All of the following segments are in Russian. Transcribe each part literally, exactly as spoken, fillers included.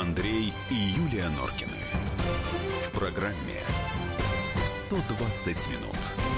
Андрей и Юлия Норкины. В программе сто двадцать минут.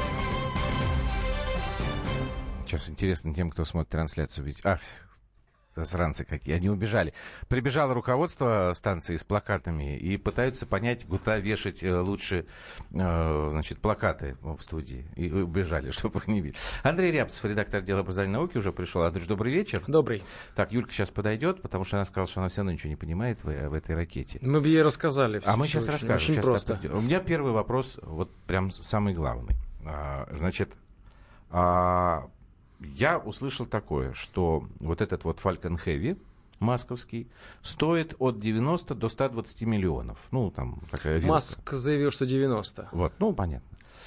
Сейчас интересно тем, кто смотрит трансляцию, ведь... А, засранцы какие, они убежали. Прибежало руководство станции с плакатами и пытаются понять, куда вешать лучше, значит, плакаты в студии. И убежали, чтобы их не видеть. Андрей Рябцев, редактор отдела образования и науки, уже пришел. Андрей, добрый вечер. Добрый. Так, Юлька сейчас подойдет, потому что она сказала, что она все равно ничего не понимает в, в этой ракете. Мы бы ей рассказали. Все, а мы сейчас очень, расскажем. Очень сейчас просто. У меня первый вопрос, вот прям самый главный. А, значит... А... Я услышал такое, что вот этот вот Falcon Heavy масковский стоит от девяноста до ста двадцати миллионов. Ну, там такая вилка. Маск заявил, что девяносто. Вот, ну, понятно.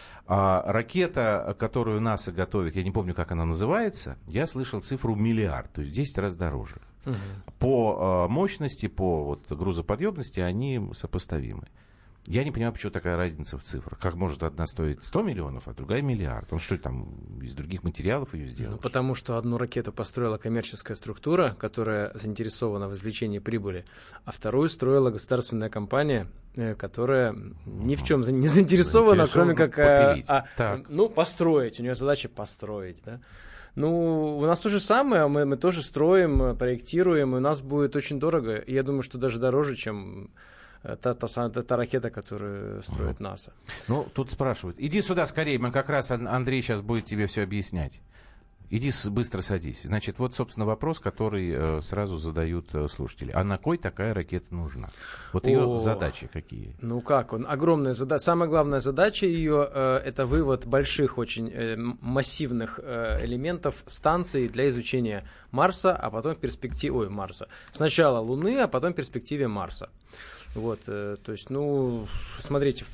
А ракета, которую НАСА готовит, я не помню, как она называется, я слышал цифру миллиард, то есть в десять раз дороже. Угу. По мощности, по вот, грузоподъемности они сопоставимы. Я не понимаю, почему такая разница в цифрах. Как может одна стоить сто миллионов, а другая миллиард? Он что, там из других материалов ее сделал? Ну, потому что одну ракету построила коммерческая структура, которая заинтересована в извлечении прибыли, а вторую строила государственная компания, которая ни в чем не заинтересована, кроме как а, ну, построить. У нее задача построить, да? Ну, у нас то же самое, мы, мы тоже строим, проектируем, и у нас будет очень дорого. И я думаю, что даже дороже, чем... Та, та, та, та ракета, которую строит НАСА. Ну, тут спрашивают. Иди сюда скорее, мы как раз, Андрей сейчас будет тебе все объяснять. Иди быстро садись. Значит, вот, собственно, вопрос, который э, сразу задают э, слушатели. А на кой такая ракета нужна? Вот ее О, задачи какие? Ну как, он, огромная задача. Самая главная задача ее э, это вывод больших, очень э, массивных э, элементов станции для изучения Марса, а потом в перспективе... Ой, Марса. Сначала Луны, а потом в перспективе Марса. Вот, э, то есть, ну, смотрите,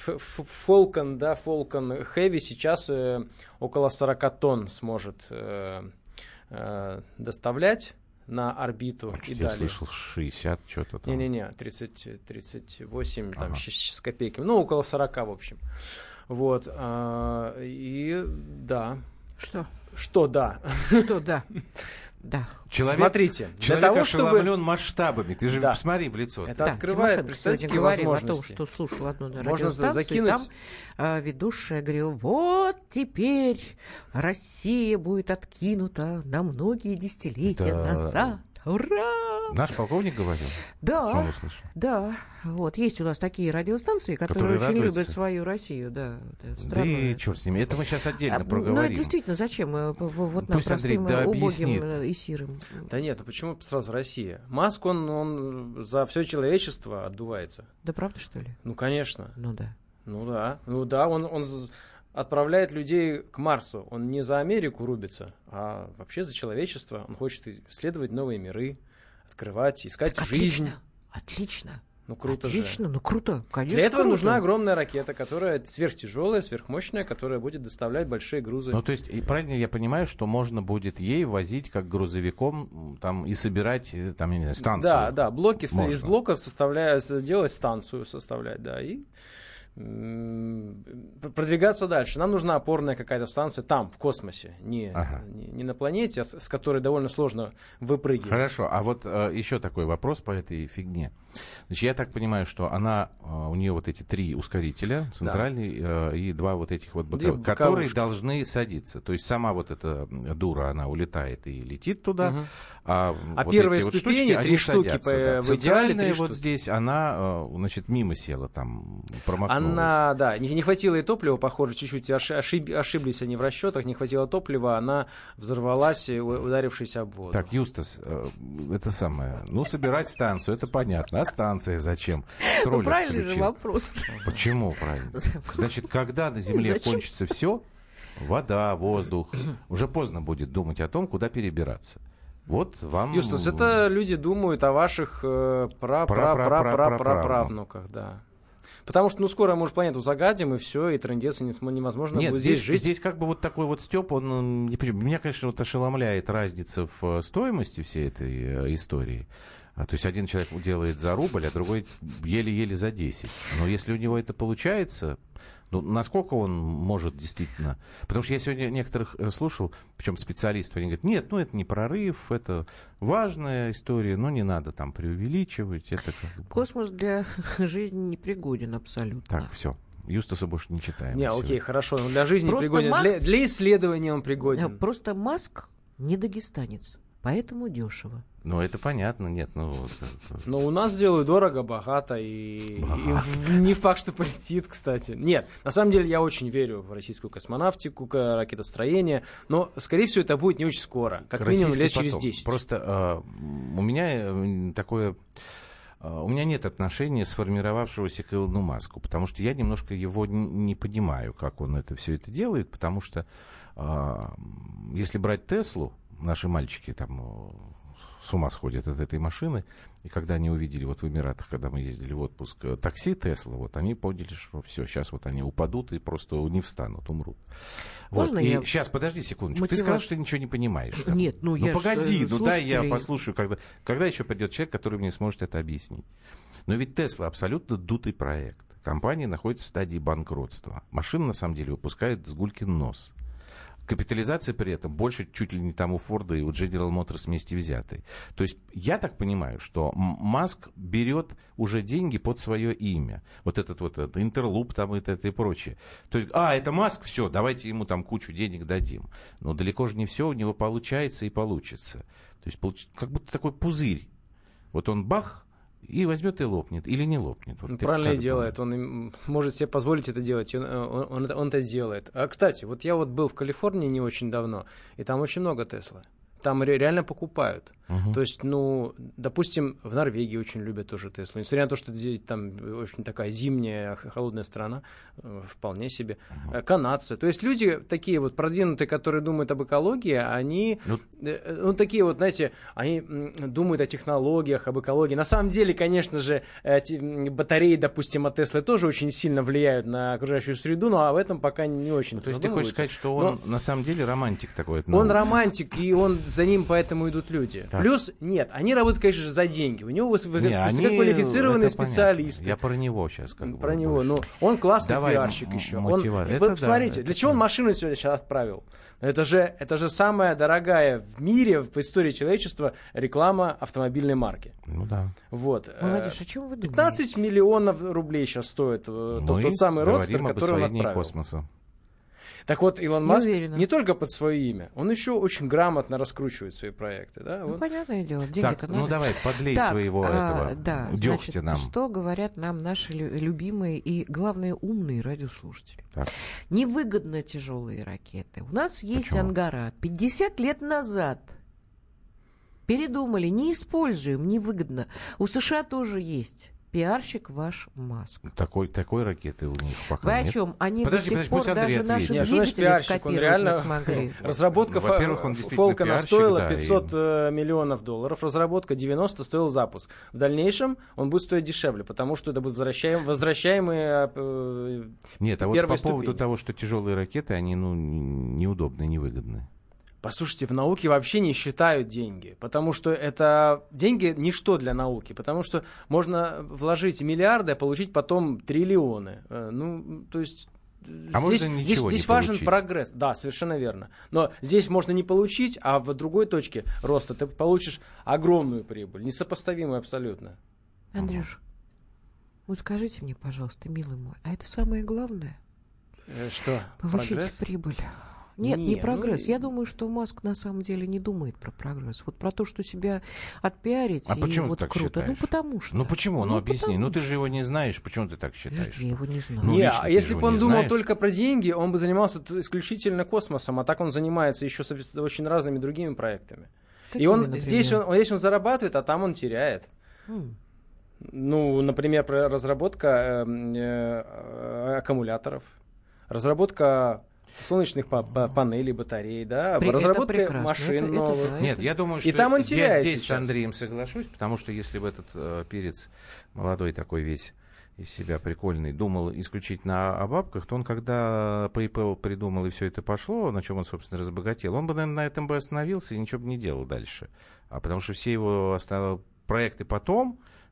Falcon, да, Falcon Heavy сейчас э, около сорок тонн сможет э, э, доставлять на орбиту. Почти и я далее. Слышал шестьдесят, что-то там. Не-не-не, тридцать, тридцать восемь, ага. там, с копейками, ну, около сорока, в общем. Вот, э, и да. Что? Что да? Что да? Да. Человек, Смотрите, человек для того, ошеломлен чтобы... масштабами. Ты же да. посмотри в лицо. Это да, открывает, представьте, какие говорил возможности. о том, что слушал одну Можно радиостанцию, закинуть... там э, ведущая говорила, вот теперь Россия будет откинута на многие десятилетия да. назад. Ура! Наш полковник говорил? Да, да. Вот. Есть у нас такие радиостанции, которые, которые очень радуются. Любят свою Россию. Да, да и черт с ними. Это мы сейчас отдельно а, проговорим. Ну, действительно, зачем? Вот Пусть нам Андрей, простым, да, убогим и сирым. Да нет, а почему сразу Россия? Маск, он, он за все человечество отдувается. Да правда, что ли? Ну, конечно. Ну да. Ну да. Ну да, он... он... отправляет людей к Марсу. Он не за Америку рубится, а вообще за человечество. Он хочет исследовать новые миры, открывать, искать так жизнь. Отлично, отлично. Ну круто Отлично, же. ну круто, конечно. Для этого круто. нужна огромная ракета, которая сверхтяжелая, сверхмощная, которая будет доставлять большие грузы. Ну то есть, и правильно я понимаю, что можно будет ей возить как грузовиком там, и собирать там, не знаю, станцию? Да, да, блоки можно. Из блоков составляют, делать станцию, составлять, да, и продвигаться дальше. Нам нужна опорная какая-то станция там, в космосе, не, ага. не, не на планете, а с, с которой довольно сложно выпрыгивать. Хорошо, а вот э, еще такой вопрос по этой фигне. Значит, я так понимаю, что она, э, у нее вот эти три ускорителя, центральный да. э, и два вот этих вот боковых, которые должны садиться. То есть сама вот эта дура, она улетает и летит туда. Угу. А, а вот первые эти ступени, вот штучки, три штуки садятся, по, да. в идеале. Три вот штуки. Здесь она, значит, мимо села, там, промахнулась. Она, да, не, не хватило ей топлива, похоже, чуть-чуть ошиб, ошиблись они в расчетах, не хватило топлива, она взорвалась, ударившись об воду. Так, Юстас, это самое, ну, собирать станцию, это понятно, а станция зачем? Ну, правильный же вопрос. Почему правильно? Значит, когда на Земле зачем? Кончится все, вода, воздух, уже поздно будет думать о том, куда перебираться. Вот вам... Юстас, это люди думают о ваших э, пра-пра-пра-пра-пра-правнуках, да. Потому что, ну, скоро, может, планету загадим, и все, и трындец невозможно Нет, будет здесь, здесь жить. Здесь как бы вот такой вот стёб, он... Не, меня, конечно, вот ошеломляет разница в стоимости всей этой э, истории. А, то есть один человек делает за рубль, а другой еле-еле за десять. Но если у него это получается, Ну, насколько он может действительно... Потому что я сегодня некоторых слушал, причем специалистов, они говорят, нет, ну это не прорыв, это важная история, но не надо там преувеличивать. Это как бы... Космос для жизни непригоден абсолютно. Так, все. Юстаса больше не читаем. Не, сегодня. окей, хорошо, но для жизни Просто пригоден. Макс- Для, для исследования он пригоден. Просто Маск не дагестанец, поэтому дешево. Ну, это понятно, нет, ну... Но у нас делают дорого, богато и, Богато. и не факт, что полетит, кстати. Нет, на самом деле я очень верю в российскую космонавтику, ракетостроение, но, скорее всего, это будет не очень скоро, как минимум лет через потом. десять. Просто э, у меня такое... У меня нет отношения сформировавшегося к Илону Маску, потому что я немножко его не понимаю, как он это все это делает, потому что э, если брать Теслу, наши мальчики там с ума сходят от этой машины, и когда они увидели вот в Эмиратах, когда мы ездили в отпуск, такси Тесла, вот они поняли, что все, сейчас вот они упадут и просто не встанут, умрут. Вот. Можно И я сейчас, подожди секундочку, мотивацию? ты сказал, что ты ничего не понимаешь. Да? Нет, ну, ну я погоди, ж, ну дай я слушателей- послушаю, когда, когда еще придет человек, который мне сможет это объяснить. Но ведь Тесла абсолютно дутый проект. Компания находится в стадии банкротства. Машина, на самом деле, выпускает с гулькин нос. Капитализация при этом больше чуть ли не там у Форда и у General Motors вместе взятой. То есть я так понимаю, что Маск берет уже деньги под свое имя. Вот этот вот этот Интерлуп там и это, это и прочее. То есть, а, это Маск, все, давайте ему там кучу денег дадим. Но далеко же не все у него получается и получится. То есть получ... как будто такой пузырь. Вот он бах, и возьмет и лопнет, или не лопнет. Вот Он ты правильно и как делает, он им может себе позволить это делать, он, он, он, это, он это делает. А, кстати, вот я вот был в Калифорнии не очень давно, и там очень много Тесла. Там ре- реально покупают. Мгм. То есть, ну, допустим, в Норвегии очень любят тоже Теслу. Несмотря на то, что здесь там очень такая зимняя, х- холодная страна, э, вполне себе. Э, Канадцы. То есть люди такие вот продвинутые, которые думают об экологии, они, Ну- э, ну, такие вот, знаете, они м, думают о технологиях, об экологии. На самом деле, конечно же, эти м, батареи, допустим, от Теслы тоже очень сильно влияют на окружающую среду, но об этом пока не очень. Ну, то есть ты хочешь задумываются. сказать, что Но- он на самом деле романтик такой? от он науки? романтик, и он за ним поэтому идут люди. Так. Плюс, нет, они работают, конечно же, за деньги. У него выс- Не, они- высококвалифицированные это понятно. специалисты. Я про него сейчас как бы Про него. больше. Ну, он классный Давай пиарщик м- еще. Он, мотива- вы это да, посмотрите, это для чего он понятно. машину сегодня сейчас отправил? Это же, это же самая дорогая в мире, в истории человечества реклама автомобильной марки. Ну да. Вот. Молодежь, Э, о чем вы думаете? пятнадцать миллионов рублей сейчас стоит э, тот, Мы тот самый родстер, говорим об который он освоении отправил. космоса. Так вот, Илон Не Маск уверена. не только под свое имя, он еще очень грамотно раскручивает свои проекты. Да? Ну, Вот. понятное дело, деньги-то Так, надо. ну давай, подлей Так, своего а, этого да, дегтя значит, нам. что говорят нам наши лю- любимые и, главное, умные радиослушатели? Так. Невыгодно тяжелые ракеты. У нас есть Почему? Ангара. пятьдесят лет назад передумали, не используем, невыгодно. У США тоже есть. Пиарщик ваш Маск. Такой, такой ракеты у них пока Вы о нет. чем? Они Подожди, до подожди, сих пор пусть Андрей даже наши ответит. Нет, что значит двигатели пиарщик? Он скопировать реально... не смогли. Разработка фа- Во-первых, он действительно Фолкона пиарщик, стоила да, и- пятьсот э, миллионов долларов, разработка девяносто стоил запуск. В дальнейшем он будет стоить дешевле, потому что это будут возвращаем, возвращаемые... э, Нет, а вот первой по поводу ступени. того, что тяжелые ракеты, они ну, неудобные, невыгодны. Послушайте, в науке вообще не считают деньги, потому что это деньги ничто для науки, потому что можно вложить миллиарды, а получить потом триллионы. Э, Ну, то есть... А здесь можно ничего здесь, не здесь важен получить. прогресс. Да, совершенно верно. Но здесь можно не получить, а в другой точке роста ты получишь огромную прибыль, несопоставимую абсолютно. Андрюш, вот скажите мне, пожалуйста, милый мой, а это самое главное? Э, Что? Получить прогресс? прибыль. Нет, не Не, прогресс. ну, Я думаю, что Маск на самом деле не думает про прогресс. Вот про то, что себя отпиарить, А и почему вот ты так круто. считаешь? Ну, потому что. Ну почему? Ну, объясни. потому Ну ты что. же его не знаешь. Почему ты так считаешь? Подожди, я его не знаю. Ну, не, лично а ты если же бы его он не думал знаешь. только про деньги, он бы занимался т- исключительно космосом, а так он занимается еще со- очень разными другими проектами. Какими, И он например? здесь он, здесь он зарабатывает, а там он теряет. М. Ну, например, про- разработка э, э, аккумуляторов, разработка солнечных па- па- панелей, батарей, да, При- это разработка прекрасно, машин это- это новых. да. Нет, я думаю, что И там он я теряет здесь сейчас. с Андреем соглашусь, потому что если бы этот э, перец молодой такой весь из себя прикольный думал исключительно о, о бабках, то он, когда PayPal придумал и все это пошло, на чем он, собственно, разбогател, он бы, наверное, на этом бы остановился и ничего бы не делал дальше. А потому что все его основ- проекты потом,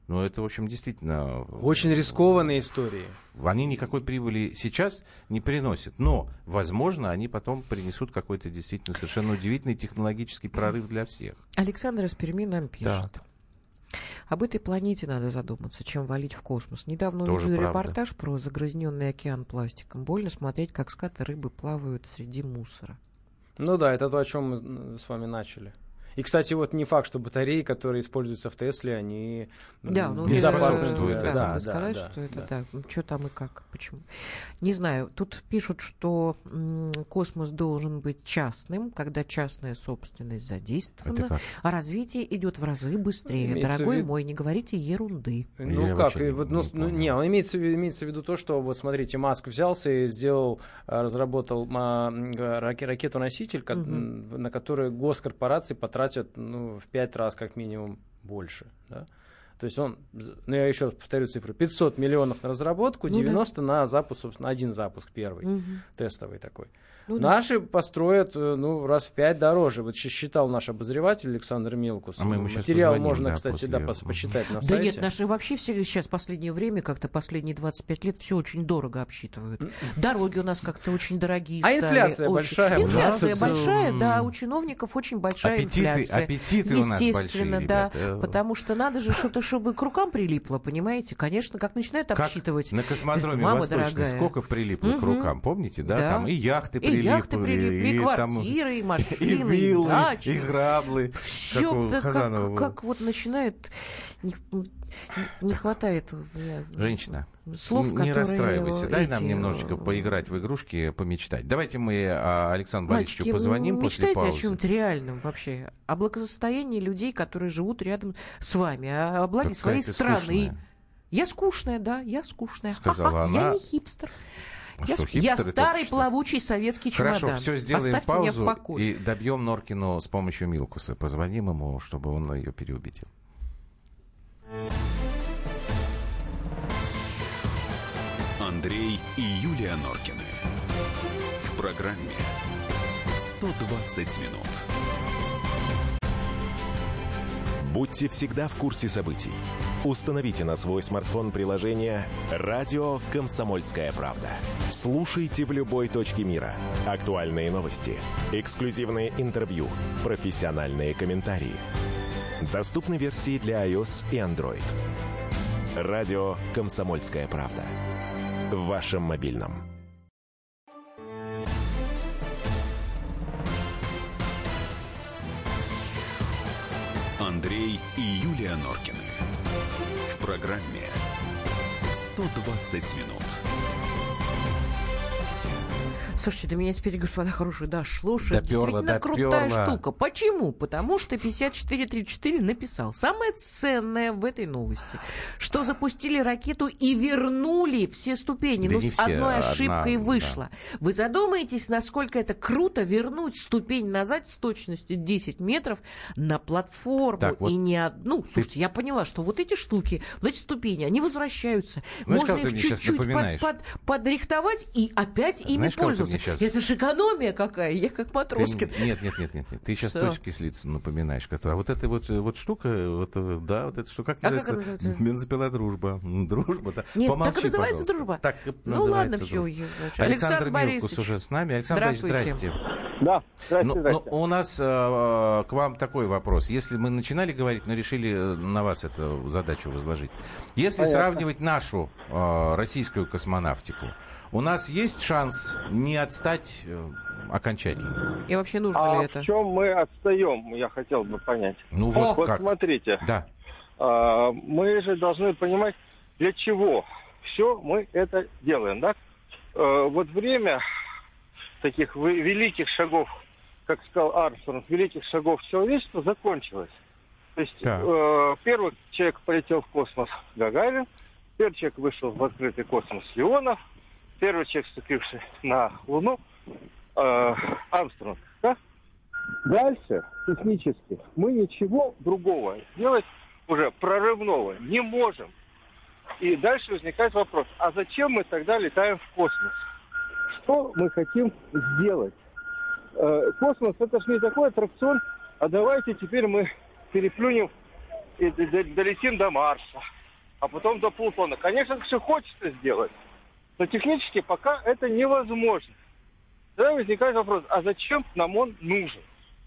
Ну, это, в общем, действительно... Очень рискованные истории. Они никакой прибыли сейчас не приносят. Но, возможно, они потом принесут какой-то действительно совершенно удивительный технологический прорыв для всех. Александр из Перми нам пишет. Так. Об этой планете надо задуматься, чем валить в космос. Недавно Тоже увидел правда. репортаж про загрязненный океан пластиком. Больно смотреть, как скаты рыбы плавают среди мусора. Ну да, это то, о чем мы с вами начали. И, кстати, вот не факт, что батареи, которые используются в Тесле, они Да, ну, безопасны. способствуют для- этому. да, да, да, сказать, да, что это да. так. Что там и как, почему. Не знаю. Тут пишут, что м, космос должен быть частным, когда частная собственность задействована, Это как? а развитие идет в разы быстрее. Имеется Дорогой в виду- мой, не говорите ерунды. Ну Я как, вообще и не- вот, ну, не с- ну, понял. не, он имеется, в виду- имеется в виду то, что, вот смотрите, Маск взялся и сделал, а, разработал а, м, раке- ракету-носитель, ко- Мгм. м, на которую госкорпорации потратят ну, в пять раз как минимум больше. Да? То есть он, з- ну я еще раз повторю цифру, пятьсот миллионов на разработку, Ну да. девяносто на запуск, собственно, один запуск первый, Мгм. тестовый такой. Ну да. Наши построят, э, ну, раз в пять дороже. Вот щ- считал наш обозреватель Александр Мелкус. А мы ему щас Материал позвоним, можно, да, кстати, после- да, пос- почитать на Да сайте. нет, наши вообще все сейчас в последнее время, как-то последние двадцать пять лет, все очень дорого обсчитывают. Дороги у нас как-то очень дорогие А стали, инфляция очень. большая. Инфляция У нас, большая, м, да, у чиновников очень большая Аппетиты, инфляция. аппетиты у нас Естественно, большие, да, ребята. потому что надо же что-то, чтобы к рукам прилипло, понимаете? Конечно, как начинают Как обсчитывать. на космодроме Мама Восточный дорогая. сколько прилипло к Мгм. рукам, помните, да? Да. Там и яхты И прилипли, яхты прилипли, и там квартиры, и и машины, и виллы, дачи. и граблы. Как Все у Хазанова было. как, как вот начинает не, не хватает э, Женщина, слов, не которые расстраивайся, дай нам эти, немножечко э, поиграть в игрушки, помечтать. Давайте мы а, Александру Борисовичу Мальчики, позвоним после мечтайте о паузы. чем-то реальном вообще. О благосостоянии людей, которые живут рядом с вами, о, о благе Какая своей ты страны. скучная. Я скучная, да, я скучная. Сказала Ха-ха, она. Я не хипстер. А Я, что, ск- я хипстер это старый что? плавучий советский чемодан. Хорошо, все, сделаем Оставьте меня в паузу покое. и добьем Норкину с помощью Милкуса. Позвоним ему, чтобы он ее переубедил. Андрей и Юлия Норкины. В программе сто двадцать минут. Будьте всегда в курсе событий. Установите на свой смартфон приложение «Радио Комсомольская правда». Слушайте в любой точке мира. Актуальные новости, эксклюзивные интервью, профессиональные комментарии. Доступны версии для iOS и Android. «Радио Комсомольская правда». В вашем мобильном. Андрей и Юлия Норкины. В программе сто двадцать минут. Слушайте, до меня теперь, господа хорошие, дошло, что Доперла, действительно доперла. крутая штука. Почему? Потому что пятьдесят четыре тридцать четыре написал. Самое ценное в этой новости, что запустили ракету и вернули все ступени. Да Ну, не с все, одной одна, ошибкой да. вышло. Вы задумаетесь, насколько это круто вернуть ступень назад с точностью десять метров на платформу. Так, вот и не одну. Слушайте, я поняла, что вот эти штуки, вот эти ступени, они возвращаются. Знаешь, Можно кого ты их мне сейчас чуть-чуть под- напоминаешь? под- подрихтовать и опять ими Знаешь, кого ты пользоваться. мне сейчас- Это же экономия какая, я как Ты- Матроскин. Нет, нет, нет, нет, нет. Ты сейчас Что? точно кислицу напоминаешь. Которая... А вот эта вот, вот штука, вот, э, да, вот эта штука, как А как называется? она называется? Бензопила дружба. М, Дружба, да. Нет, Помолчи, так и называется пожалуйста. дружба. Так и Ну называется ладно, все. дружба. Александр, Александр Милкус Борисович. уже с нами. Александр Борисович, Здравствуйте. здрасте. Да, здрасте, Ну, здрасте. ну, у нас э, к вам такой вопрос. Если мы начинали говорить, но решили э, на вас эту задачу возложить. Если Понятно. сравнивать нашу э, российскую космонавтику, у нас есть шанс не отстать э, окончательно? И вообще нужно А ли это? в чем мы отстаем, я хотел бы понять. Ну вот Вот как? смотрите, Да. а, мы же должны понимать, для чего все мы это делаем, да? А, вот время таких вы- великих шагов, как сказал Армстронг, великих шагов человечества закончилось. То есть Так. э, первый человек полетел в космос Гагарин, первый человек вышел в открытый космос Леонов, первый человек, ступивший на Луну, э, Армстронг. Да? Дальше, технически, мы ничего другого сделать уже прорывного не можем. И дальше возникает вопрос, а зачем мы тогда летаем в космос? Что мы хотим сделать? Э, космос — это же не такой аттракцион, а давайте теперь мы переплюнем и долетим до Марса, а потом до Плутона. Конечно, все хочется сделать, но технически пока это невозможно. Тогда возникает вопрос, а зачем нам он нужен?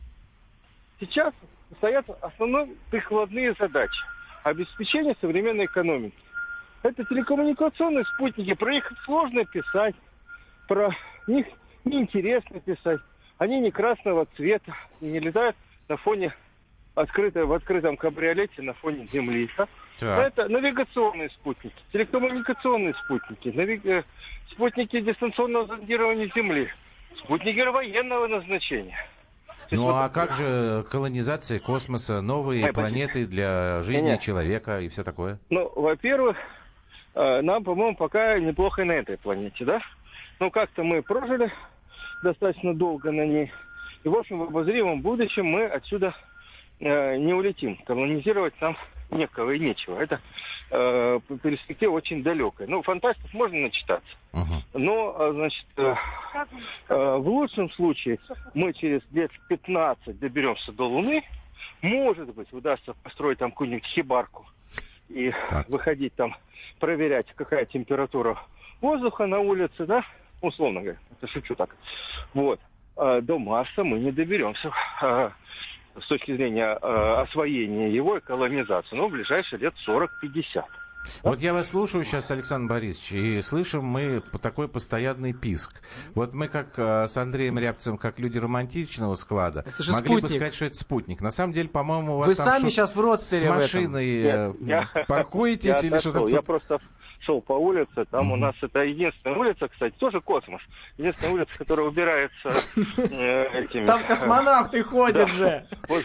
Сейчас стоят основные прикладные задачи обеспечения современной экономики. Это телекоммуникационные спутники, про них сложно писать, про них неинтересно писать. Они не красного цвета, не летают на фоне открытой, в открытом кабриолете на фоне Земли. Да? Это навигационные спутники, телекоммуникационные спутники, навиг... спутники дистанционного зондирования Земли, спутники военного назначения. Ну вот... а как же колонизация космоса, новые Ай, планеты для жизни Нет. человека и все такое? Ну, во-первых, нам, по-моему, пока неплохо и на этой планете, да? Ну, как-то мы прожили достаточно долго на ней. И, в общем, в обозримом будущем мы отсюда э, не улетим. Колонизировать нам некого и нечего. Это э, перспектива очень далекая. Ну, фантастов можно начитаться. Uh-huh. Но, значит, э, э, в лучшем случае мы через лет пятнадцать доберемся до Луны. Может быть, удастся построить там какую-нибудь хибарку и так. выходить там, проверять, какая температура воздуха на улице, да? Условно говоря, это шучу так. Вот. А до Марса мы не доберемся а, с точки зрения а, освоения его и колонизации, но в ближайшие лет сорок-пятьдесят. Вот я вас слушаю сейчас, Александр Борисович, и слышим мы такой постоянный писк. Вот мы как с Андреем Рябцевым, как люди романтичного склада, могли спутник. бы сказать, что это спутник. На самом деле, по-моему, у вас Вы там сами шо- сейчас в родстве с машиной Нет, я, паркуетесь я или что-то? Я просто шел по улице, там mm-hmm. у нас это единственная улица, кстати, тоже космос. Единственная улица, которая убирается э, этими... Там космонавты ходят же.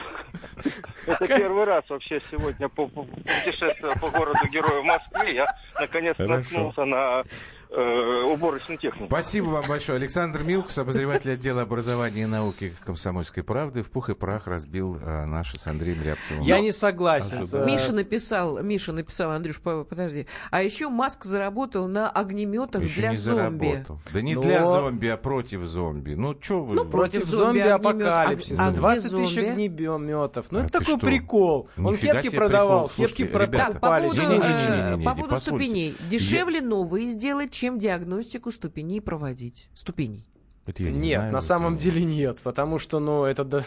Это первый раз вообще сегодня путешествуя по городу-герою Москве, я наконец наткнулся на уборочную технику. Спасибо вам большое. Александр Милкус, обозреватель отдела образования и науки «Комсомольской правды», в пух и прах разбил а, наши с Андреем Рябцевым. Я не согласен. А, с... Миша написал, Миша написал, Андрюш, подожди. А еще Маск заработал на огнеметах еще для не зомби. Заработал. Да не Но... для зомби, а против зомби. Ну, что вы... Ну, против зомби-апокалипсиса. А, двадцать тысяч огнеметов. Ну, а это такой что? прикол. Он Нифига кепки себе продавал. прикол. Кепки Слушайте, ребята, Так, по поводу, не, не, не, не, не, не, по поводу позвольте. ступеней. Дешевле новые сделать, чем диагностику ступеней проводить. Ступеней. Это я не Нет, знаю, на вот, самом ну... деле нет, потому что, ну, это до,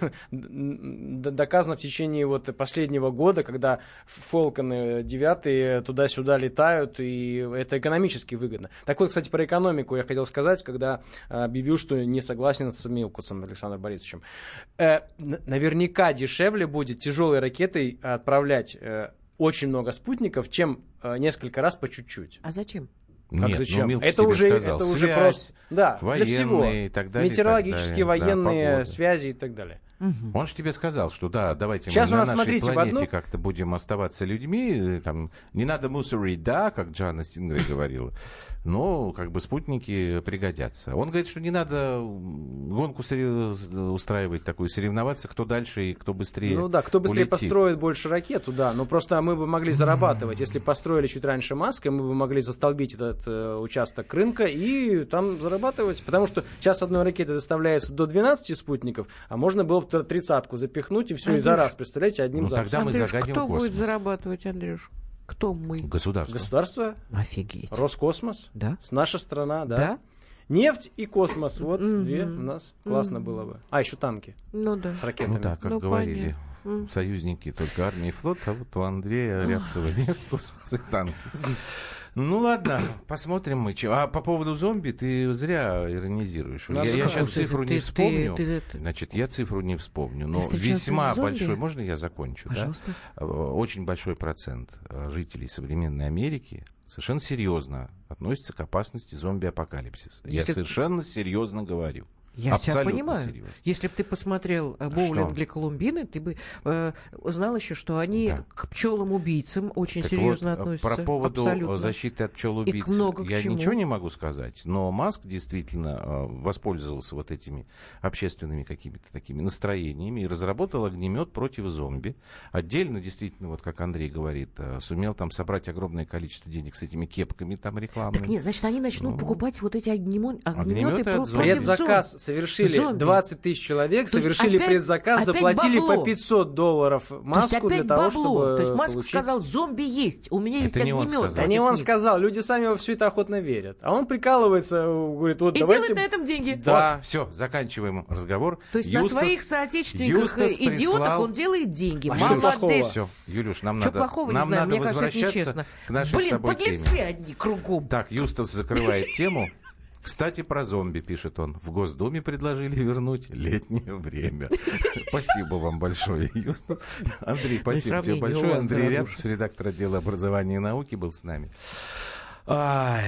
до, доказано в течение вот последнего года, когда Фолконы девятые туда-сюда летают, и это экономически выгодно. Так вот, кстати, про экономику я хотел сказать, когда объявил, что не согласен с Милкусом Александром Борисовичем. Э, наверняка дешевле будет тяжелой ракетой отправлять э, очень много спутников, чем э, несколько раз по чуть-чуть. А зачем? Как Нет, зачем? ну, Милкус это тебе уже, сказал. это уже Связь, просто, да, военные для всего. И так далее, Метеорологические, и так далее. военные Да, связи и так далее. Угу. Он же тебе сказал, что да, давайте Сейчас мы у на нас, нашей смотрите, планете одну... как-то будем оставаться людьми, там, не надо мусорить, да, как Джанна Стингрей говорила, но как бы спутники пригодятся. Он говорит, что не надо гонку устраивать такую, соревноваться, кто дальше и кто быстрее Ну да, кто быстрее улетит. построит больше ракету, да, но просто мы бы могли зарабатывать, если построили чуть раньше Маска, мы бы могли застолбить этот э, участок рынка и там зарабатывать, потому что сейчас одной ракеты доставляется до двенадцати спутников, а можно было бы тридцатку запихнуть и все, Андрюш, и за раз, представляете, одним ну, запуском. тогда мы Андрюш, загадим кто космос. будет зарабатывать, Андрюш? Кто мы? Государство. Государство, Офигеть. Роскосмос, Да? наша страна, да. Да? Нефть и космос, вот Мгм. две у нас, классно Мгм. было бы. А, еще танки Ну да. с ракетами. Ну да, как Ну, говорили понятно. союзники, только армия и флот, а вот у Андрея Рябцева нефть, космос и танки. Ну ладно, посмотрим мы. Чё. А по поводу зомби ты зря иронизируешь. Надо Я, я сказать, сейчас цифру ты- не ты- вспомню. ты- ты- Значит, я цифру не вспомню. Но встречался весьма с зомби? большой, можно я закончу? Пожалуйста. Да? Очень большой процент жителей современной Америки совершенно серьезно относится к опасности зомби-апокалипсиса. Я Если- совершенно серьезно говорю. Я тебя Абсолютно понимаю. серьезно. Если бы ты посмотрел э, Что? «Боулинг для Колумбины», ты бы э, узнал еще, что они Да. к пчелам-убийцам очень Так серьезно вот, относятся. про поводу Абсолютно. защиты от пчел-убийц И много к я чему. ничего не могу сказать, но Маск действительно э, воспользовался вот этими общественными какими-то такими настроениями и разработал огнемет против зомби. Отдельно, действительно, вот как Андрей говорит, э, сумел там собрать огромное количество денег с этими кепками там рекламными. Так нет, значит, они начнут Ну, покупать вот эти огнемо- огнеметы огнеметы от про- зомби. против Предзаказ зомби. совершили Зомби. двадцать тысяч человек, То есть совершили опять- предзаказ, опять заплатили бабло. по пятьсот долларов То есть Маску опять для того, бабло. чтобы То есть Маск получить... сказал, зомби есть, у меня есть Это не он огнемет. сказал. Да не против он них. сказал, люди сами во все это охотно верят. А он прикалывается, говорит, вот И давайте... делает на этом деньги. Да. Все, заканчиваем разговор. То есть Юстас- на своих соотечественниках Юстас и идиотах прислал- он делает деньги. А что плохого? Молодец. Все, Юлюш, нам Что надо, плохого, нам не знаю, надо мне кажется, это возвращаться нечестно. к нашей с Блин, тобой подлецы теме. одни кругом. Так, Юстас закрывает тему. Кстати, про зомби, пишет он. В Госдуме предложили вернуть летнее время. Спасибо вам большое, Юстас. Андрей, спасибо тебе сравнение, у большое. вас, Андрей дорогуша. Рябцев, редактор отдела образования и науки, был с нами. Ай,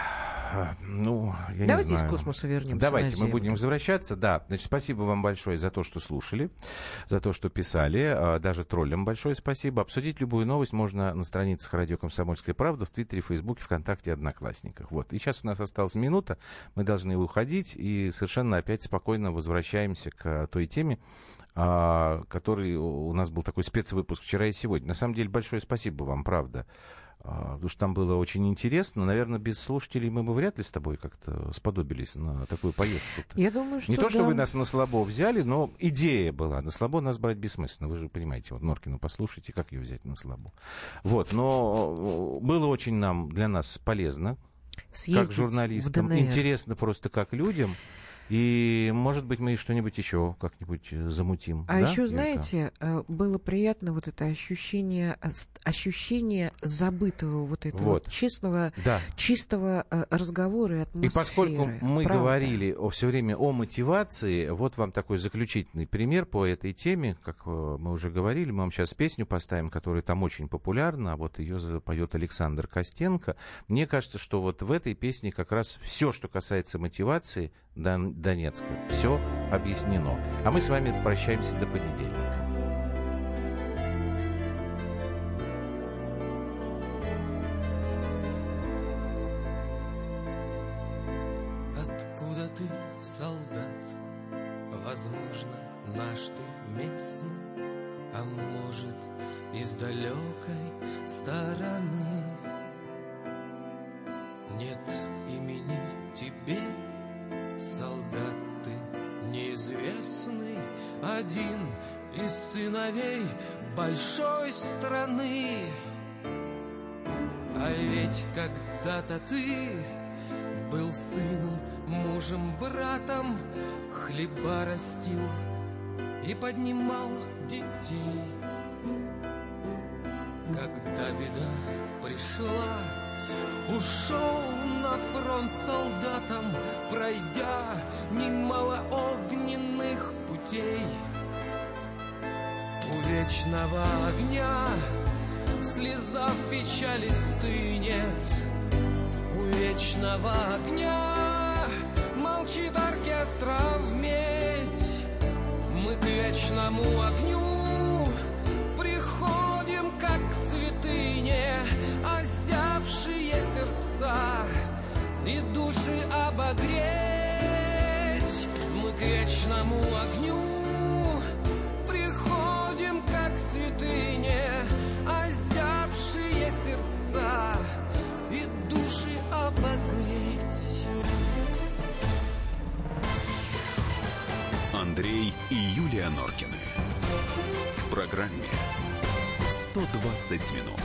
ну, я Давайте не из знаю. космоса вернемся Давайте, на мы Землю. будем возвращаться. Да, значит, спасибо вам большое за то, что слушали, за то, что писали. А, Даже троллям большое спасибо. Обсудить любую новость можно на страницах «Радио Комсомольская правда» в Твиттере, Фейсбуке, ВКонтакте, Одноклассниках. Вот. И сейчас у нас осталась минута, мы должны уходить и совершенно опять спокойно возвращаемся к той теме, а, который у нас был такой спецвыпуск вчера и сегодня. На самом деле, большое спасибо вам, правда. А, Потому что там было очень интересно. Наверное, без слушателей мы бы вряд ли с тобой как-то сподобились на такую поездку. Я думаю, что Не то, что да. вы нас на слабо взяли, но идея была. На слабо нас брать бессмысленно. Вы же понимаете, вот Норкину послушайте, как ее взять на слабо. Вот, но было очень нам, для нас полезно, Съездить как в журналистам. ДНР. Интересно просто как людям. И, может быть, мы что-нибудь еще как-нибудь э, замутим. А да, еще, Юлька? знаете, э, было приятно вот это ощущение, э, с- ощущение забытого вот этого Вот. вот честного, Да. чистого э, разговора и И атмосферы. поскольку мы Правда. говорили о, все время о мотивации, вот вам такой заключительный пример по этой теме. Как э, мы уже говорили, мы вам сейчас песню поставим, которая там очень популярна. Вот ее поет Александр Костенко. Мне кажется, что вот в этой песне как раз все, что касается мотивации Дон- Донецка, все объяснено. А мы с вами прощаемся до понедельника. Откуда ты, солдат? Возможно, наш ты местный, а может, из далекой стороны. Нет имени тебе, солдат ты неизвестный, один из сыновей большой страны. А ведь когда-то ты был сыном, мужем, братом, хлеба растил и поднимал детей. Когда беда пришла, ушел на фронт солдатом, пройдя немало огненных путей. У вечного огня слеза в печали стынет. У вечного огня молчит оркестра в медь. Мы к вечному огню приходим, как к святыне, озябшие сердца и души обогреть. Мы к вечному огню приходим, как к святыне, озябшие сердца и души обогреть. Андрей и Юлия Норкины. В программе сто двадцать минут.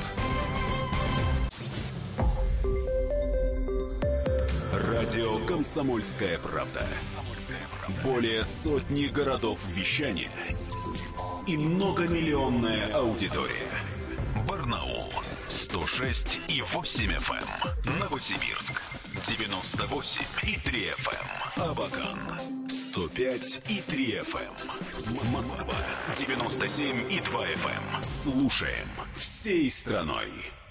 Радио «Комсомольская правда». Более сотни городов вещания и многомиллионная аудитория. Барнаул сто шесть и восемь эф эм. Новосибирск девяносто восемь и три эф эм. Абакан сто пять и три эф эм. Москва девяносто семь и два эф эм. Слушаем всей страной.